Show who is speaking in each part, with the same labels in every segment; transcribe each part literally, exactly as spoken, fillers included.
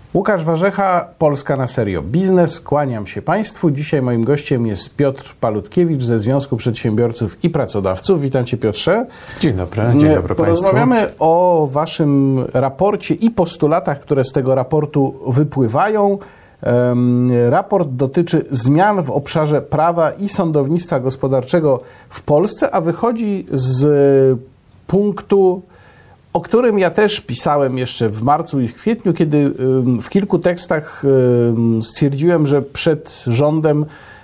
Speaker 1: Łukasz Warzecha, Polska na serio. Biznes, kłaniam się Państwu. Dzisiaj moim gościem jest Piotr Palutkiewicz ze Związku Przedsiębiorców i Pracodawców. Witam Cię, Piotrze.
Speaker 2: Dzień dobry, dzień dobry Państwu.
Speaker 1: Porozmawiamy o Waszym raporcie i postulatach, które z tego raportu wypływają. Um, raport dotyczy zmian w obszarze prawa i sądownictwa gospodarczego w Polsce, a wychodzi z punktu, o którym ja też pisałem jeszcze w marcu i w kwietniu, kiedy w kilku tekstach stwierdziłem, że przed rządem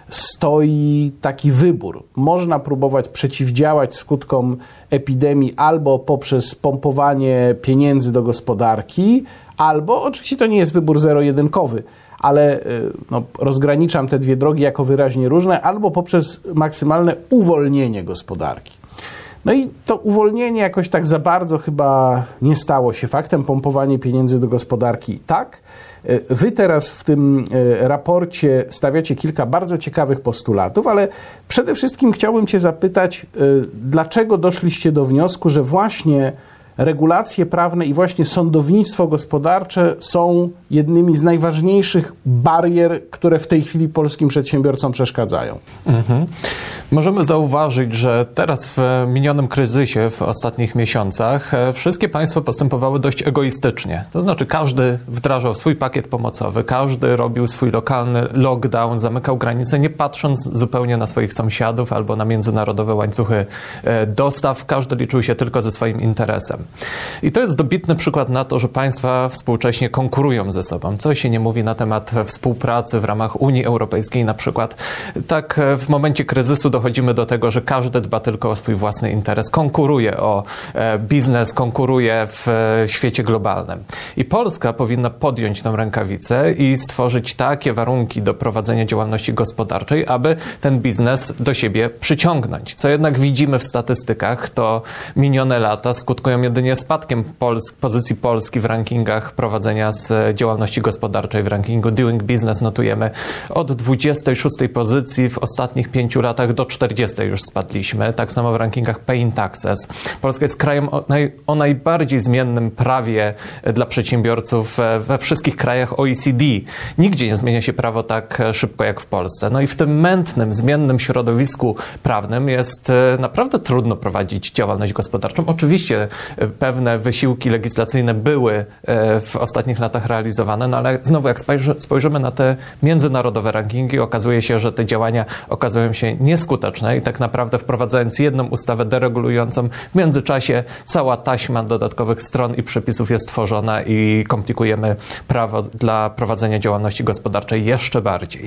Speaker 1: stoi taki wybór. Można próbować przeciwdziałać skutkom epidemii albo poprzez pompowanie pieniędzy do gospodarki, albo, oczywiście to nie jest wybór zero-jedynkowy, ale no, rozgraniczam te dwie drogi jako wyraźnie różne, albo poprzez maksymalne uwolnienie gospodarki. No i to uwolnienie jakoś tak za bardzo chyba nie stało się faktem, pompowanie pieniędzy do gospodarki tak. Wy teraz w tym raporcie stawiacie kilka bardzo ciekawych postulatów, ale przede wszystkim chciałbym Cię zapytać, dlaczego doszliście do wniosku, że właśnie regulacje prawne i właśnie sądownictwo gospodarcze są jednymi z najważniejszych barier, które w tej chwili polskim przedsiębiorcom przeszkadzają.
Speaker 2: Mhm. Możemy zauważyć, że teraz w minionym kryzysie, w ostatnich miesiącach, wszystkie państwa postępowały dość egoistycznie. To znaczy każdy wdrażał swój pakiet pomocowy, każdy robił swój lokalny lockdown, zamykał granice, nie patrząc zupełnie na swoich sąsiadów albo na międzynarodowe łańcuchy dostaw. Każdy liczył się tylko ze swoim interesem. I to jest dobitny przykład na to, że państwa współcześnie konkurują ze sobą. Co się nie mówi na temat współpracy w ramach Unii Europejskiej na przykład. Tak w momencie kryzysu dochodzimy do tego, że każdy dba tylko o swój własny interes, konkuruje o biznes, konkuruje w świecie globalnym. I Polska powinna podjąć tę rękawicę i stworzyć takie warunki do prowadzenia działalności gospodarczej, aby ten biznes do siebie przyciągnąć. Co jednak widzimy w statystykach, to minione lata skutkują jedynie spadkiem Pols- pozycji Polski w rankingach prowadzenia z działalności gospodarczej. W rankingu Doing Business notujemy od dwudziestej szóstej pozycji w ostatnich pięciu latach do czterdziestej już spadliśmy. Tak samo w rankingach Pay in Taxes. Polska jest krajem o, naj, o najbardziej zmiennym prawie dla przedsiębiorców we wszystkich krajach O E C D. Nigdzie nie zmienia się prawo tak szybko jak w Polsce. No i w tym mętnym, zmiennym środowisku prawnym jest naprawdę trudno prowadzić działalność gospodarczą. Oczywiście pewne wysiłki legislacyjne były w ostatnich latach realizowane, no ale znowu jak spojrzymy na te międzynarodowe rankingi, okazuje się, że te działania okazują się nieskuteczne i tak naprawdę wprowadzając jedną ustawę deregulującą, w międzyczasie cała taśma dodatkowych stron i przepisów jest tworzona i komplikujemy prawo dla prowadzenia działalności gospodarczej jeszcze bardziej.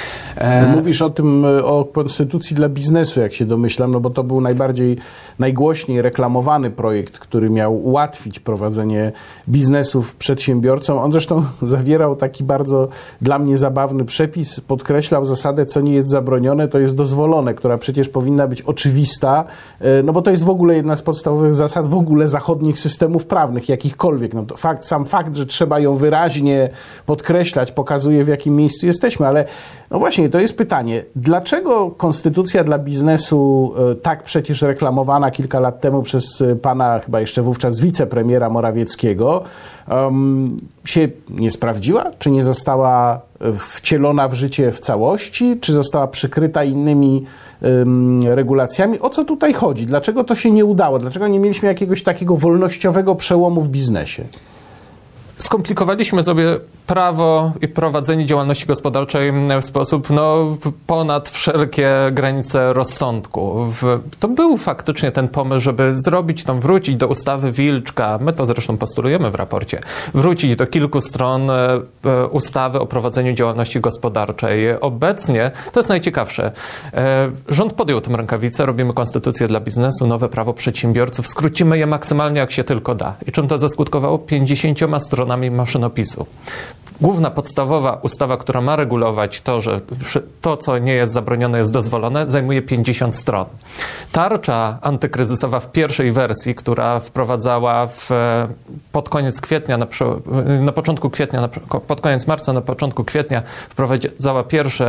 Speaker 1: Mówisz o tym, o konstytucji dla biznesu, jak się domyślam, no bo to był najbardziej, najgłośniej reklamowany projekt, który miał ułatwić prowadzenie biznesów przedsiębiorcom. On zresztą zawierał taki bardzo dla mnie zabawny przepis, podkreślał zasadę, co nie jest zabronione, to jest dozwolone, która przecież powinna być oczywista, no bo to jest w ogóle jedna z podstawowych zasad w ogóle zachodnich systemów prawnych, jakichkolwiek. No to fakt, sam fakt, że trzeba ją wyraźnie podkreślać, pokazuje, w jakim miejscu jesteśmy, ale no właśnie, to jest pytanie, dlaczego konstytucja dla biznesu, tak przecież reklamowana kilka lat temu przez pana, chyba jeszcze wówczas wicepremiera Morawieckiego, um, się nie sprawdziła? Czy nie została wcielona w życie w całości? Czy została przykryta innymi um, regulacjami? O co tutaj chodzi? Dlaczego to się nie udało? Dlaczego nie mieliśmy jakiegoś takiego wolnościowego przełomu w biznesie?
Speaker 2: Skomplikowaliśmy sobie prawo i prowadzenie działalności gospodarczej w sposób no, ponad wszelkie granice rozsądku. To był faktycznie ten pomysł, żeby zrobić tam, wrócić do ustawy Wilczka, my to zresztą postulujemy w raporcie, wrócić do kilku stron ustawy o prowadzeniu działalności gospodarczej. Obecnie, to jest najciekawsze, rząd podjął tę rękawicę, robimy konstytucję dla biznesu, nowe prawo przedsiębiorców, skrócimy je maksymalnie jak się tylko da. I czym to zaskutkowało? pięćdziesięcioma stronami maszynopisu. Główna, podstawowa ustawa, która ma regulować to, że to, co nie jest zabronione, jest dozwolone, zajmuje pięćdziesiąt stron. Tarcza antykryzysowa w pierwszej wersji, która wprowadzała w, pod koniec kwietnia, na, na początku kwietnia, na, pod koniec marca, na początku kwietnia wprowadzała pierwsze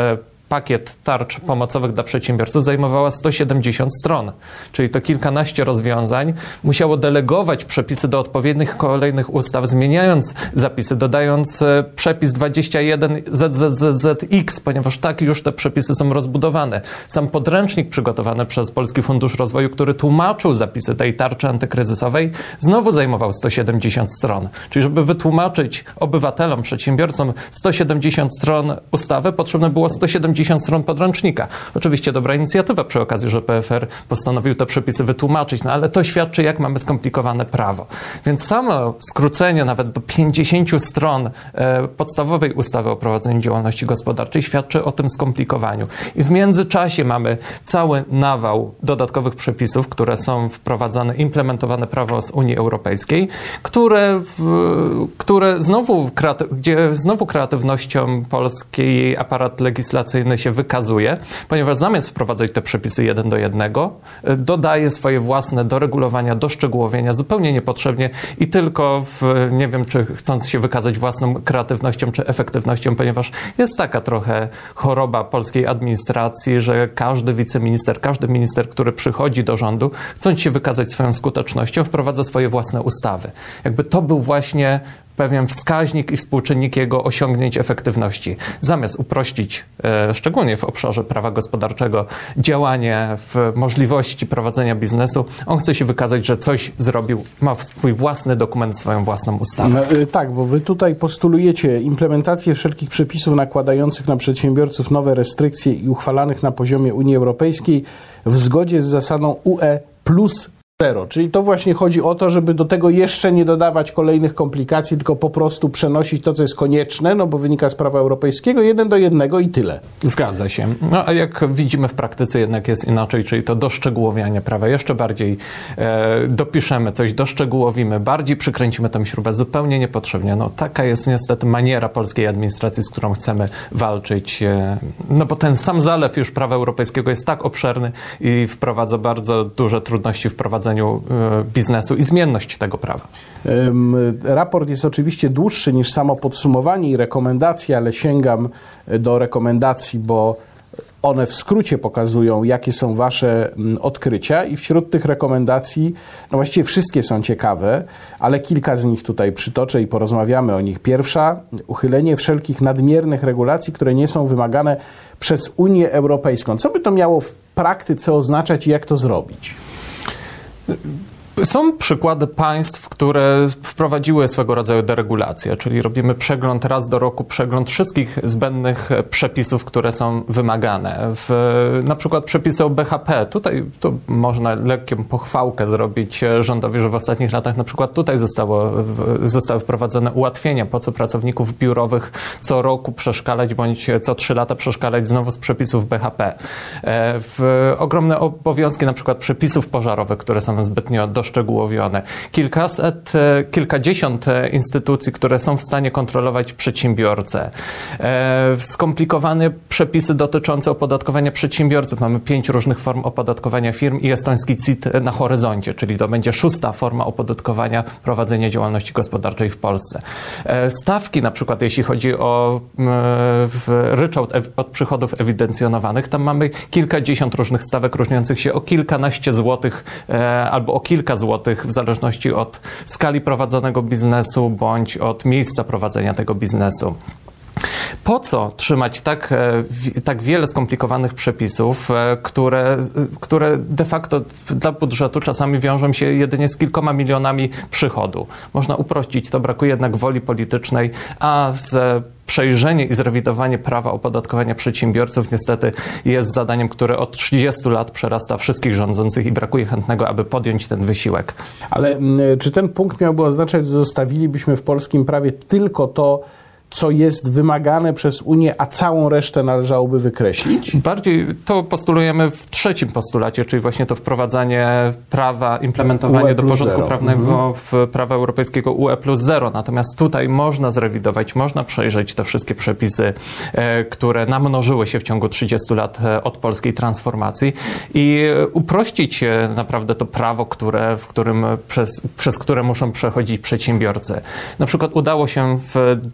Speaker 2: pakiet tarcz pomocowych dla przedsiębiorców zajmowała sto siedemdziesiąt stron, czyli to kilkanaście rozwiązań. Musiało delegować przepisy do odpowiednich kolejnych ustaw, zmieniając zapisy, dodając przepis dwadzieścia jeden Z Z Z Z X, ponieważ tak już te przepisy są rozbudowane. Sam podręcznik przygotowany przez Polski Fundusz Rozwoju, który tłumaczył zapisy tej tarczy antykryzysowej, znowu zajmował sto siedemdziesiąt stron. Czyli żeby wytłumaczyć obywatelom, przedsiębiorcom sto siedemdziesiąt stron ustawy, potrzebne było sto siedemdziesiąt stron podręcznika. Oczywiście dobra inicjatywa przy okazji, że P F R postanowił te przepisy wytłumaczyć, no ale to świadczy, jak mamy skomplikowane prawo. Więc samo skrócenie nawet do pięćdziesięciu stron e, podstawowej ustawy o prowadzeniu działalności gospodarczej świadczy o tym skomplikowaniu. I w międzyczasie mamy cały nawał dodatkowych przepisów, które są wprowadzane, implementowane prawo z Unii Europejskiej, które, w, które znowu, gdzie znowu kreatywnością polskiej aparat legislacyjny się wykazuje, ponieważ zamiast wprowadzać te przepisy jeden do jednego, dodaje swoje własne doregulowania, doszczegółowienia zupełnie niepotrzebnie i tylko w, nie wiem, czy chcąc się wykazać własną kreatywnością czy efektywnością, ponieważ jest taka trochę choroba polskiej administracji, że każdy wiceminister, każdy minister, który przychodzi do rządu, chcąc się wykazać swoją skutecznością, wprowadza swoje własne ustawy. Jakby to był właśnie pewien wskaźnik i współczynnik jego osiągnięć efektywności. Zamiast uprościć, e, szczególnie w obszarze prawa gospodarczego, działanie w możliwości prowadzenia biznesu, on chce się wykazać, że coś zrobił, ma swój własny dokument, swoją własną ustawę.
Speaker 1: No, y, tak, bo wy tutaj postulujecie implementację wszelkich przepisów nakładających na przedsiębiorców nowe restrykcje i uchwalanych na poziomie Unii Europejskiej w zgodzie z zasadą U E plus zero. Czyli to właśnie chodzi o to, żeby do tego jeszcze nie dodawać kolejnych komplikacji, tylko po prostu przenosić to, co jest konieczne, no bo wynika z prawa europejskiego, jeden do jednego i tyle.
Speaker 2: Zgadza się. No a jak widzimy w praktyce jednak jest inaczej, czyli to doszczegółowianie prawa. Jeszcze bardziej e, dopiszemy coś, doszczegółowimy, bardziej przykręcimy tę śrubę zupełnie niepotrzebnie. No taka jest niestety maniera polskiej administracji, z którą chcemy walczyć. E, no bo ten sam zalew już prawa europejskiego jest tak obszerny i wprowadza bardzo duże trudności w prowadzeniu biznesu i zmienność tego prawa.
Speaker 1: Raport jest oczywiście dłuższy niż samo podsumowanie i rekomendacje, ale sięgam do rekomendacji, bo one w skrócie pokazują, jakie są wasze odkrycia i wśród tych rekomendacji, no właściwie wszystkie są ciekawe, ale kilka z nich tutaj przytoczę i porozmawiamy o nich. Pierwsza, uchylenie wszelkich nadmiernych regulacji, które nie są wymagane przez Unię Europejską. Co by to miało w praktyce oznaczać i jak to zrobić?
Speaker 2: Są przykłady państw, które wprowadziły swego rodzaju deregulację, czyli robimy przegląd raz do roku, przegląd wszystkich zbędnych przepisów, które są wymagane. W, na przykład przepisy o B H P. Tutaj to można lekką pochwałkę zrobić rządowi, że w ostatnich latach na przykład tutaj zostało, zostały wprowadzone ułatwienia, po co pracowników biurowych co roku przeszkalać, bądź co trzy lata przeszkalać znowu z przepisów B H P. W ogromne obowiązki na przykład przepisów pożarowych, które są zbytnio do szczegółowione. Kilkaset, kilkadziesiąt instytucji, które są w stanie kontrolować przedsiębiorcę. E, skomplikowane przepisy dotyczące opodatkowania przedsiębiorców. Mamy pięć różnych form opodatkowania firm i estoński C I T na horyzoncie, czyli to będzie szósta forma opodatkowania prowadzenia działalności gospodarczej w Polsce. E, stawki na przykład, jeśli chodzi o e, ryczałt od przychodów ewidencjonowanych, tam mamy kilkadziesiąt różnych stawek różniących się o kilkanaście złotych e, albo o kilka złotych w zależności od skali prowadzonego biznesu bądź od miejsca prowadzenia tego biznesu. Po co trzymać tak, tak wiele skomplikowanych przepisów, które, które de facto dla budżetu czasami wiążą się jedynie z kilkoma milionami przychodu? Można uprościć to, brakuje jednak woli politycznej, a z przejrzenie i zrewidowanie prawa opodatkowania przedsiębiorców niestety jest zadaniem, które od trzydziestu lat przerasta wszystkich rządzących i brakuje chętnego, aby podjąć ten wysiłek.
Speaker 1: Ale czy ten punkt miałby oznaczać, że zostawilibyśmy w polskim prawie tylko to, co jest wymagane przez Unię, a całą resztę należałoby wykreślić?
Speaker 2: Bardziej to postulujemy w trzecim postulacie, czyli właśnie to wprowadzanie prawa, implementowanie do porządku zero. prawnego mhm. w prawa europejskiego U E plus zero. Natomiast tutaj można zrewidować, można przejrzeć te wszystkie przepisy, e, które namnożyły się w ciągu trzydziestu lat od polskiej transformacji i uprościć naprawdę to prawo, które, w którym, przez, przez które muszą przechodzić przedsiębiorcy. Na przykład udało się w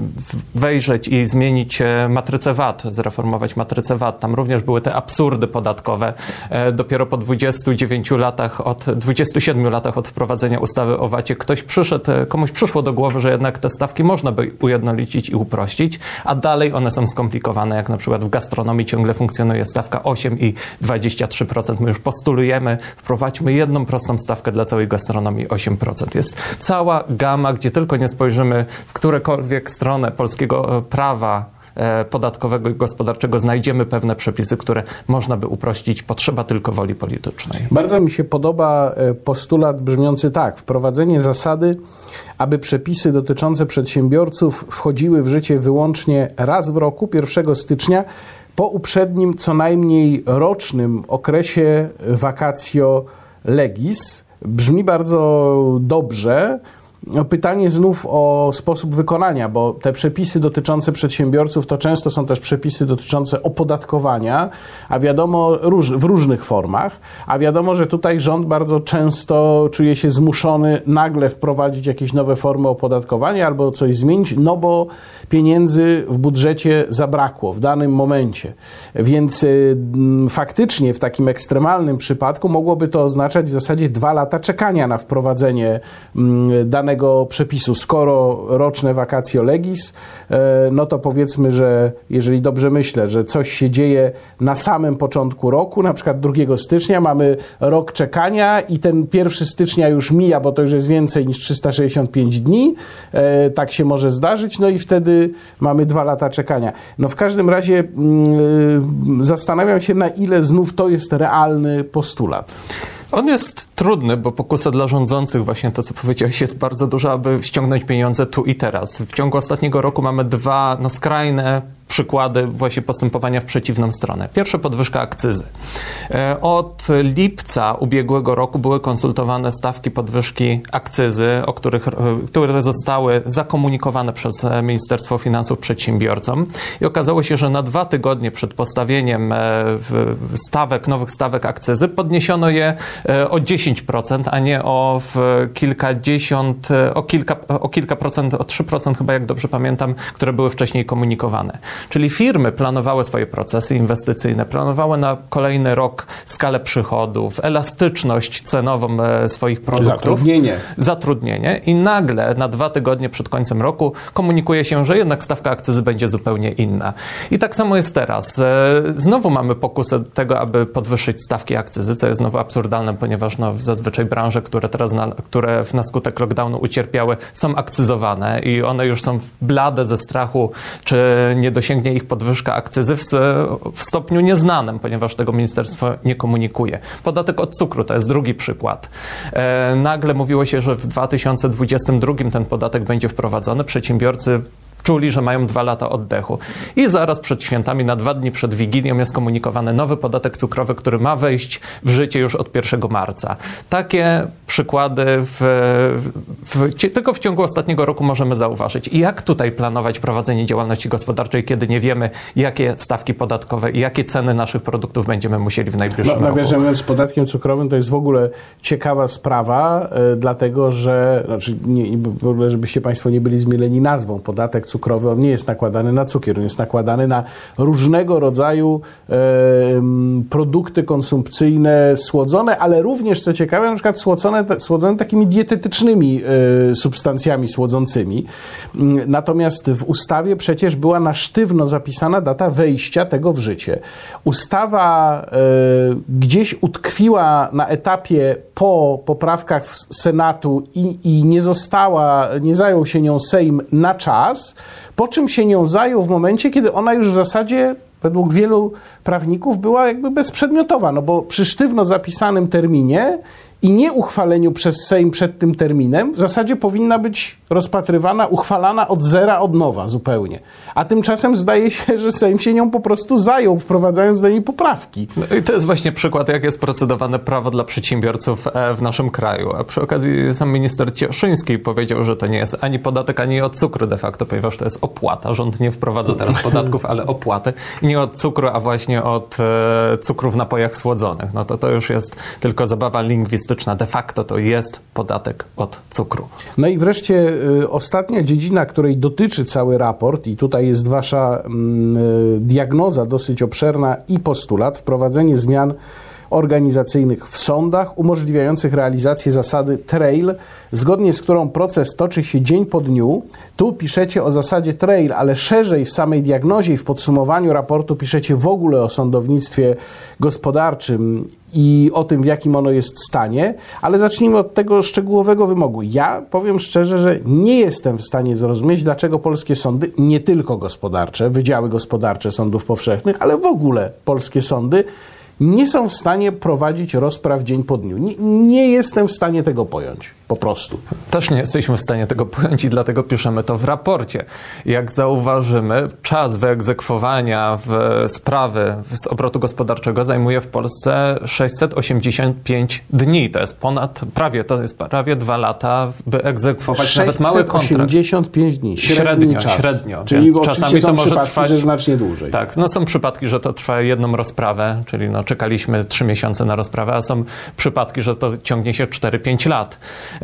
Speaker 2: wejrzeć i zmienić matrycę V A T, zreformować matrycę V A T. Tam również były te absurdy podatkowe. Dopiero po dwudziestu dziewięciu latach, od dwudziestu siedmiu latach od wprowadzenia ustawy o V A T-ie ktoś przyszedł, komuś przyszło do głowy, że jednak te stawki można by ujednolicić i uprościć, a dalej one są skomplikowane, jak na przykład w gastronomii ciągle funkcjonuje stawka osiem i dwadzieścia trzy procent. My już postulujemy, wprowadźmy jedną prostą stawkę dla całej gastronomii osiem procent. Jest cała gama, gdzie tylko nie spojrzymy w którekolwiek stronę polskiego prawa podatkowego i gospodarczego, znajdziemy pewne przepisy, które można by uprościć. Potrzeba tylko woli politycznej.
Speaker 1: Bardzo mi się podoba postulat brzmiący tak: wprowadzenie zasady, aby przepisy dotyczące przedsiębiorców wchodziły w życie wyłącznie raz w roku, pierwszego stycznia, po uprzednim co najmniej rocznym okresie vacatio legis. Brzmi bardzo dobrze. Pytanie znów o sposób wykonania, bo te przepisy dotyczące przedsiębiorców to często są też przepisy dotyczące opodatkowania, a wiadomo, róż, w różnych formach, a wiadomo, że tutaj rząd bardzo często czuje się zmuszony nagle wprowadzić jakieś nowe formy opodatkowania albo coś zmienić, no bo pieniędzy w budżecie zabrakło w danym momencie. Więc y, faktycznie w takim ekstremalnym przypadku mogłoby to oznaczać w zasadzie dwa lata czekania na wprowadzenie y, danego przepisu. Skoro roczne vacatio legis, no to powiedzmy, że jeżeli dobrze myślę, że coś się dzieje na samym początku roku, na przykład drugiego stycznia, mamy rok czekania i ten pierwszego stycznia już mija, bo to już jest więcej niż trzysta sześćdziesiąt pięć dni, tak się może zdarzyć, no i wtedy mamy dwa lata czekania. No w każdym razie yy, zastanawiam się, na ile znów to jest realny postulat.
Speaker 2: On jest trudny, bo pokusa dla rządzących, właśnie to, co powiedziałeś, jest bardzo duża, aby ściągnąć pieniądze tu i teraz. W ciągu ostatniego roku mamy dwa no, skrajne przykłady właśnie postępowania w przeciwną stronę. Pierwsze, podwyżka akcyzy. Od lipca ubiegłego roku były konsultowane stawki podwyżki akcyzy, o których, które zostały zakomunikowane przez Ministerstwo Finansów przedsiębiorcom i okazało się, że na dwa tygodnie przed postawieniem stawek, nowych stawek akcyzy podniesiono je o dziesięć procent, a nie o kilkadziesiąt, o kilka, o kilka procent, o trzy procent chyba, jak dobrze pamiętam, które były wcześniej komunikowane. Czyli firmy planowały swoje procesy inwestycyjne, planowały na kolejny rok skalę przychodów, elastyczność cenową swoich produktów.
Speaker 1: Zatrudnienie.
Speaker 2: Zatrudnienie. I nagle na dwa tygodnie przed końcem roku komunikuje się, że jednak stawka akcyzy będzie zupełnie inna. I tak samo jest teraz. Znowu mamy pokusę tego, aby podwyższyć stawki akcyzy, co jest znowu absurdalne, ponieważ no, zazwyczaj branże, które teraz na, które na skutek lockdownu ucierpiały, są akcyzowane i one już są blade ze strachu, czy nie dosięgnie ich podwyżka akcyzy w, w stopniu nieznanym, ponieważ tego ministerstwo nie komunikuje. Podatek od cukru to jest drugi przykład. E, nagle mówiło się, że w dwa tysiące dwudziestym drugim ten podatek będzie wprowadzony. Przedsiębiorcy czuli, że mają dwa lata oddechu. I zaraz przed świętami, na dwa dni przed Wigilią jest komunikowany nowy podatek cukrowy, który ma wejść w życie już od pierwszego marca. Takie przykłady w, w, w, tylko w ciągu ostatniego roku możemy zauważyć. I jak tutaj planować prowadzenie działalności gospodarczej, kiedy nie wiemy, jakie stawki podatkowe i jakie ceny naszych produktów będziemy musieli w najbliższym no, roku.
Speaker 1: Nawiązując z podatkiem cukrowym, to jest w ogóle ciekawa sprawa, y, dlatego że, znaczy, nie, w ogóle, żebyście Państwo nie byli zmieleni nazwą, podatek cukrowy, on nie jest nakładany na cukier, on jest nakładany na różnego rodzaju e, produkty konsumpcyjne słodzone, ale również, co ciekawe, na przykład słodzone, słodzone takimi dietetycznymi e, substancjami słodzącymi. Natomiast w ustawie przecież była na sztywno zapisana data wejścia tego w życie. Ustawa e, gdzieś utkwiła na etapie po poprawkach Senatu i, i nie została, nie zajął się nią Sejm na czas, po czym się nią zajął w momencie, kiedy ona już w zasadzie według wielu prawników była jakby bezprzedmiotowa, no bo przy sztywno zapisanym terminie i nie uchwaleniu przez Sejm przed tym terminem w zasadzie powinna być rozpatrywana, uchwalana od zera, od nowa zupełnie. A tymczasem zdaje się, że Sejm się nią po prostu zajął, wprowadzając do niej poprawki.
Speaker 2: No i to jest właśnie przykład, jak jest procedowane prawo dla przedsiębiorców w naszym kraju. A przy okazji sam minister Cieszyński powiedział, że to nie jest ani podatek, ani od cukru de facto, ponieważ to jest opłata. Rząd nie wprowadza teraz podatków, ale opłaty. I nie od cukru, a właśnie od e, cukru w napojach słodzonych. No to to już jest tylko zabawa lingwistyczna. egoistyczna. De facto to jest podatek od cukru.
Speaker 1: No i wreszcie y, ostatnia dziedzina, której dotyczy cały raport, i tutaj jest wasza y, diagnoza dosyć obszerna i postulat, wprowadzenie zmian organizacyjnych w sądach umożliwiających realizację zasady trail, zgodnie z którą proces toczy się dzień po dniu. Tu piszecie o zasadzie trail, ale szerzej w samej diagnozie i w podsumowaniu raportu piszecie w ogóle o sądownictwie gospodarczym i o tym, w jakim ono jest stanie, ale zacznijmy od tego szczegółowego wymogu. Ja powiem szczerze, że nie jestem w stanie zrozumieć, dlaczego polskie sądy, nie tylko gospodarcze, wydziały gospodarcze sądów powszechnych, ale w ogóle polskie sądy nie są w stanie prowadzić rozpraw dzień po dniu. Nie, nie jestem w stanie tego pojąć. Po prostu.
Speaker 2: Też nie jesteśmy w stanie tego pojąć i dlatego piszemy to w raporcie. Jak zauważymy, czas wyegzekwowania w sprawy z obrotu gospodarczego zajmuje w Polsce sześćset osiemdziesiąt pięć dni. To jest ponad, prawie, to jest prawie dwa lata, by egzekwować nawet mały kontrakt.
Speaker 1: sześćset osiemdziesiąt pięć dni.
Speaker 2: Średnio,
Speaker 1: czas.
Speaker 2: średnio.
Speaker 1: Czyli
Speaker 2: Więc czasami to może trwać,
Speaker 1: że znacznie dłużej.
Speaker 2: Tak, no są przypadki, że to trwa jedną rozprawę, czyli no czekaliśmy trzy miesiące na rozprawę, a są przypadki, że to ciągnie się cztery pięć lat.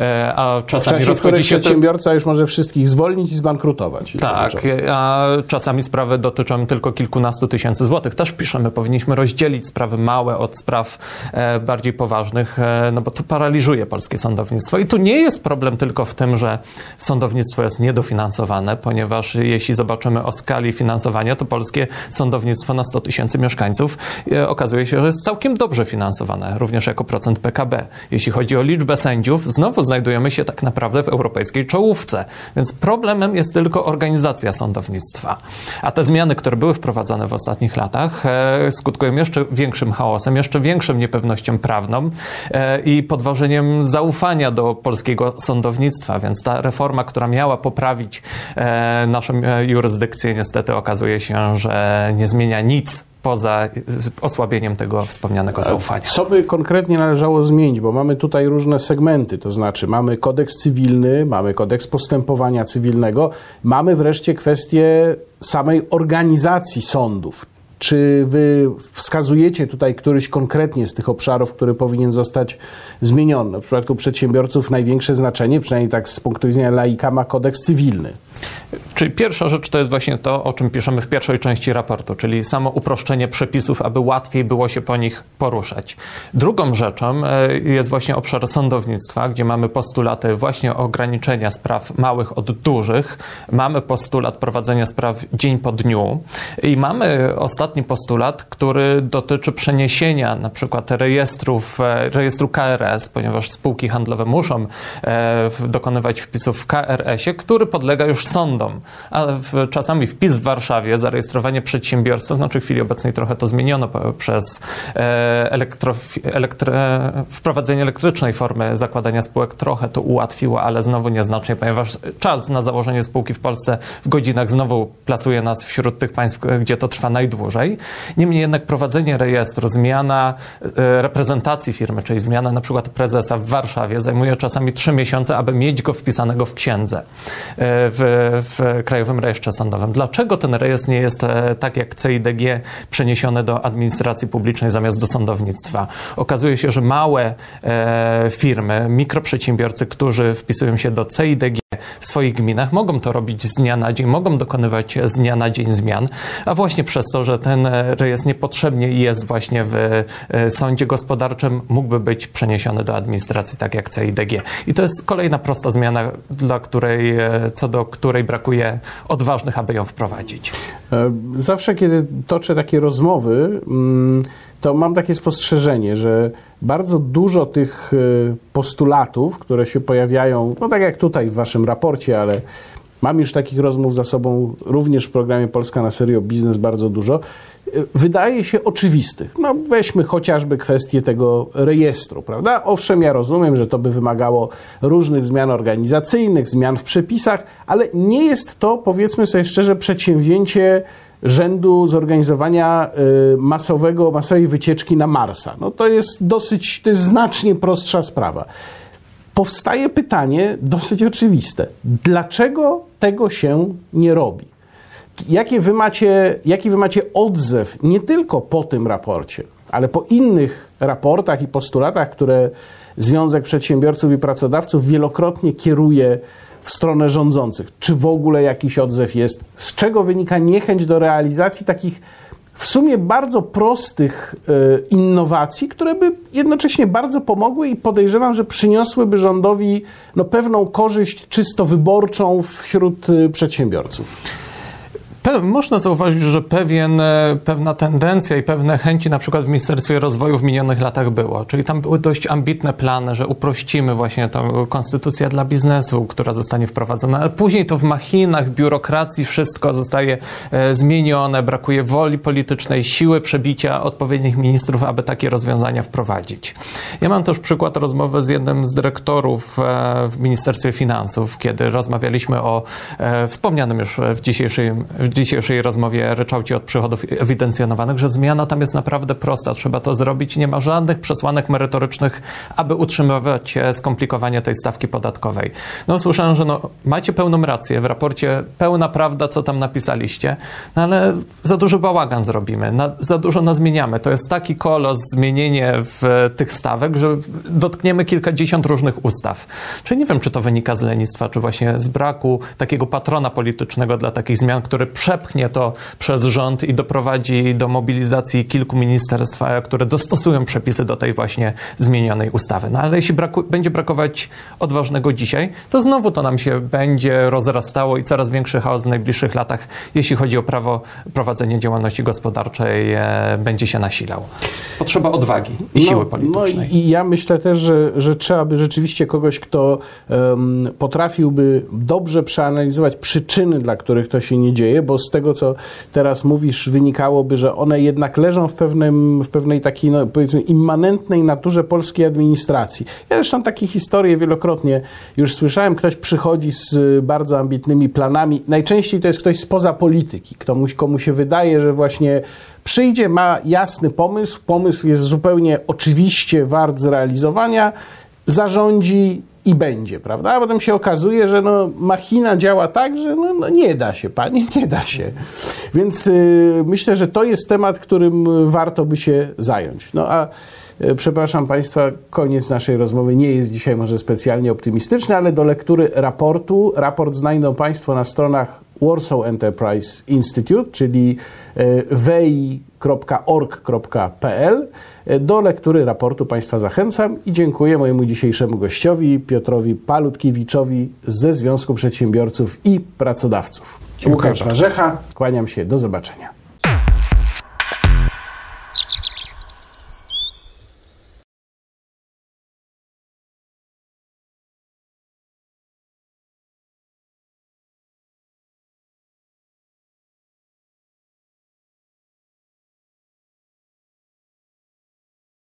Speaker 2: A czasami
Speaker 1: w czasie,
Speaker 2: rozchodzi się
Speaker 1: przedsiębiorca to... już może wszystkich zwolnić i zbankrutować.
Speaker 2: Tak, a czasami sprawy dotyczą tylko kilkunastu tysięcy złotych. Też piszemy, powinniśmy rozdzielić sprawy małe od spraw e, bardziej poważnych, e, no bo to paraliżuje polskie sądownictwo. I tu nie jest problem tylko w tym, że sądownictwo jest niedofinansowane, ponieważ jeśli zobaczymy o skali finansowania, to polskie sądownictwo na sto tysięcy mieszkańców e, okazuje się, że jest całkiem dobrze finansowane, również jako procent P K B. Jeśli chodzi o liczbę sędziów, znowu znajdujemy się tak naprawdę w europejskiej czołówce. Więc problemem jest tylko organizacja sądownictwa. A te zmiany, które były wprowadzane w ostatnich latach, e, skutkują jeszcze większym chaosem, jeszcze większą niepewnością prawną e, i podważeniem zaufania do polskiego sądownictwa. Więc ta reforma, która miała poprawić e, naszą e, jurysdykcję, niestety okazuje się, że nie zmienia nic poza osłabieniem tego wspomnianego zaufania.
Speaker 1: Co by konkretnie należało zmienić? Bo mamy tutaj różne segmenty, to znaczy mamy kodeks cywilny, mamy kodeks postępowania cywilnego, mamy wreszcie kwestię samej organizacji sądów. Czy wy wskazujecie tutaj któryś konkretnie z tych obszarów, który powinien zostać zmieniony? W przypadku przedsiębiorców największe znaczenie, przynajmniej tak z punktu widzenia laika, ma kodeks cywilny.
Speaker 2: Czyli pierwsza rzecz to jest właśnie to, o czym piszemy w pierwszej części raportu, czyli samo uproszczenie przepisów, aby łatwiej było się po nich poruszać. Drugą rzeczą jest właśnie obszar sądownictwa, gdzie mamy postulaty właśnie ograniczenia spraw małych od dużych, mamy postulat prowadzenia spraw dzień po dniu i mamy ostatni postulat, który dotyczy przeniesienia na przykład rejestrów, rejestru K R S, ponieważ spółki handlowe muszą dokonywać wpisów w K R S-ie, który podlega już sądom, a w, czasami wpis w Warszawie, zarejestrowanie przedsiębiorstwa, znaczy w chwili obecnej trochę to zmieniono przez e, elektro, elektro, wprowadzenie elektrycznej formy zakładania spółek, trochę to ułatwiło, ale znowu nieznacznie, ponieważ czas na założenie spółki w Polsce w godzinach znowu plasuje nas wśród tych państw, gdzie to trwa najdłużej. Niemniej jednak prowadzenie rejestru, zmiana e, reprezentacji firmy, czyli zmiana na przykład prezesa w Warszawie zajmuje czasami trzy miesiące, aby mieć go wpisanego w księdze. E, w, w Krajowym Rejestrze Sądowym. Dlaczego ten rejestr nie jest e, tak jak C I D G przeniesiony do administracji publicznej zamiast do sądownictwa? Okazuje się, że małe e, firmy, mikroprzedsiębiorcy, którzy wpisują się do C I D G w swoich gminach, mogą to robić z dnia na dzień, mogą dokonywać z dnia na dzień zmian, a właśnie przez to, że ten rejestr niepotrzebnie jest właśnie w e, sądzie gospodarczym, mógłby być przeniesiony do administracji tak jak C I D G. I to jest kolejna prosta zmiana, dla której, e, co do której brakuje odważnych, aby ją wprowadzić.
Speaker 1: Zawsze, kiedy toczę takie rozmowy, to mam takie spostrzeżenie, że bardzo dużo tych postulatów, które się pojawiają, no tak jak tutaj w waszym raporcie, ale mam już takich rozmów za sobą również w programie Polska na serio biznes bardzo dużo, wydaje się oczywistych. No weźmy chociażby kwestię tego rejestru, prawda? Owszem, ja rozumiem, że to by wymagało różnych zmian organizacyjnych, zmian w przepisach, ale nie jest to, powiedzmy sobie szczerze, przedsięwzięcie rzędu zorganizowania y, masowego, masowej wycieczki na Marsa. No to jest dosyć, to jest znacznie prostsza sprawa. Powstaje pytanie dosyć oczywiste. Dlaczego tego się nie robi? Jakie wy macie, jaki wy macie odzew nie tylko po tym raporcie, ale po innych raportach i postulatach, które Związek Przedsiębiorców i Pracodawców wielokrotnie kieruje w stronę rządzących. Czy w ogóle jakiś odzew jest? Z czego wynika niechęć do realizacji takich w sumie bardzo prostych y, innowacji, które by jednocześnie bardzo pomogły i podejrzewam, że przyniosłyby rządowi no, pewną korzyść czysto wyborczą wśród y, przedsiębiorców?
Speaker 2: Można zauważyć, że pewien, pewna tendencja i pewne chęci na przykład w Ministerstwie Rozwoju w minionych latach było. Czyli tam były dość ambitne plany, że uprościmy właśnie tą konstytucję dla biznesu, która zostanie wprowadzona, ale później to w machinach, biurokracji wszystko zostaje e, zmienione, brakuje woli politycznej, siły przebicia odpowiednich ministrów, aby takie rozwiązania wprowadzić. Ja mam też przykład rozmowy z jednym z dyrektorów e, w Ministerstwie Finansów, kiedy rozmawialiśmy o e, wspomnianym już w dzisiejszej w dzisiejszej rozmowie ryczałcie od przychodów ewidencjonowanych, że zmiana tam jest naprawdę prosta. Trzeba to zrobić. Nie ma żadnych przesłanek merytorycznych, aby utrzymywać skomplikowanie tej stawki podatkowej. No słyszałem, że no, macie pełną rację. W raporcie pełna prawda, co tam napisaliście, no, ale za duży bałagan zrobimy. Na, za dużo nazmieniamy. To jest taki kolos, zmienienie w tych stawek, że dotkniemy kilkadziesiąt różnych ustaw. Czyli nie wiem, czy to wynika z lenistwa, czy właśnie z braku takiego patrona politycznego dla takich zmian, który przepchnie to przez rząd i doprowadzi do mobilizacji kilku ministerstw, które dostosują przepisy do tej właśnie zmienionej ustawy. No ale jeśli braku, będzie brakować odważnego dzisiaj, to znowu to nam się będzie rozrastało i coraz większy chaos w najbliższych latach, jeśli chodzi o prawo prowadzenia działalności gospodarczej, e, będzie się nasilał. Potrzeba odwagi i
Speaker 1: no,
Speaker 2: siły politycznej.
Speaker 1: No i ja myślę też, że, że trzeba by rzeczywiście kogoś, kto um, potrafiłby dobrze przeanalizować przyczyny, dla których to się nie dzieje, bo z tego, co teraz mówisz, wynikałoby, że one jednak leżą w, pewnym, w pewnej takiej, no, powiedzmy, immanentnej naturze polskiej administracji. Ja zresztą takie historie wielokrotnie już słyszałem. Ktoś przychodzi z bardzo ambitnymi planami. Najczęściej to jest ktoś spoza polityki, komuś, komu się wydaje, że właśnie przyjdzie, ma jasny pomysł, pomysł jest zupełnie oczywiście wart zrealizowania, zarządzi i będzie, prawda? A potem się okazuje, że no, machina działa tak, że no, no nie da się, panie, nie da się. Więc y, myślę, że to jest temat, którym warto by się zająć. No a y, przepraszam Państwa, koniec naszej rozmowy nie jest dzisiaj może specjalnie optymistyczny, ale do lektury raportu. Raport znajdą Państwo na stronach Warsaw Enterprise Institute, czyli y, wei kropka org kropka pe el. Do lektury raportu Państwa zachęcam i dziękuję mojemu dzisiejszemu gościowi, Piotrowi Palutkiewiczowi ze Związku Przedsiębiorców i Pracodawców. Łukasz Warzecha, kłaniam się, do zobaczenia.